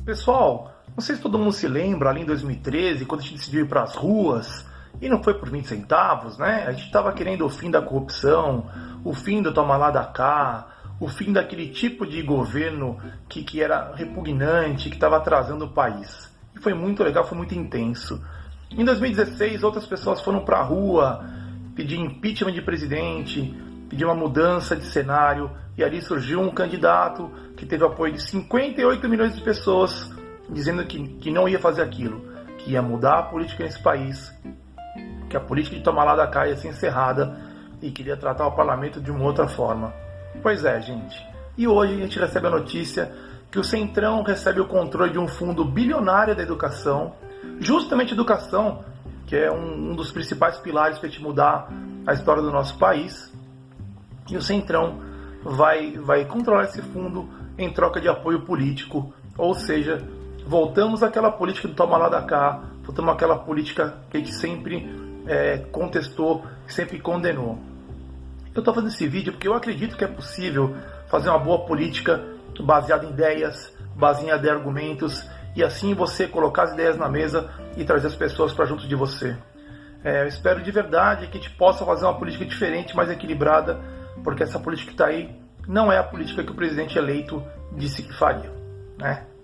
Pessoal, não sei se todo mundo se lembra, ali em 2013, quando a gente decidiu ir para as ruas, e não foi por 20 centavos, né? A gente estava querendo o fim da corrupção, o fim do toma lá da cá, o fim daquele tipo de governo que era repugnante, que estava atrasando o país. E foi muito legal, foi muito intenso. Em 2016, outras pessoas foram para a rua pedir impeachment de presidente, pedir uma mudança de cenário, e ali surgiu um candidato que teve apoio de 58 milhões de pessoas, dizendo que não ia fazer aquilo, que ia mudar a política nesse país, que a política de tomar lá da cá ia ser encerrada e queria tratar o parlamento de uma outra forma. Pois é, gente. E hoje a gente recebe a notícia que o Centrão recebe o controle de um fundo bilionário da educação, justamente educação, que é um dos principais pilares para a gente mudar a história do nosso país. E o Centrão vai controlar esse fundo em troca de apoio político, ou seja, voltamos àquela política do toma lá da cá, voltamos àquela política que a gente sempre contestou, sempre condenou. Eu estou fazendo esse vídeo porque eu acredito que é possível fazer uma boa política baseada em ideias, baseada em argumentos, e assim você colocar as ideias na mesa e trazer as pessoas para junto de você. Eu espero de verdade que a gente possa fazer uma política diferente, mais equilibrada, porque essa política que está aí não é a política que o presidente eleito disse que faria, né?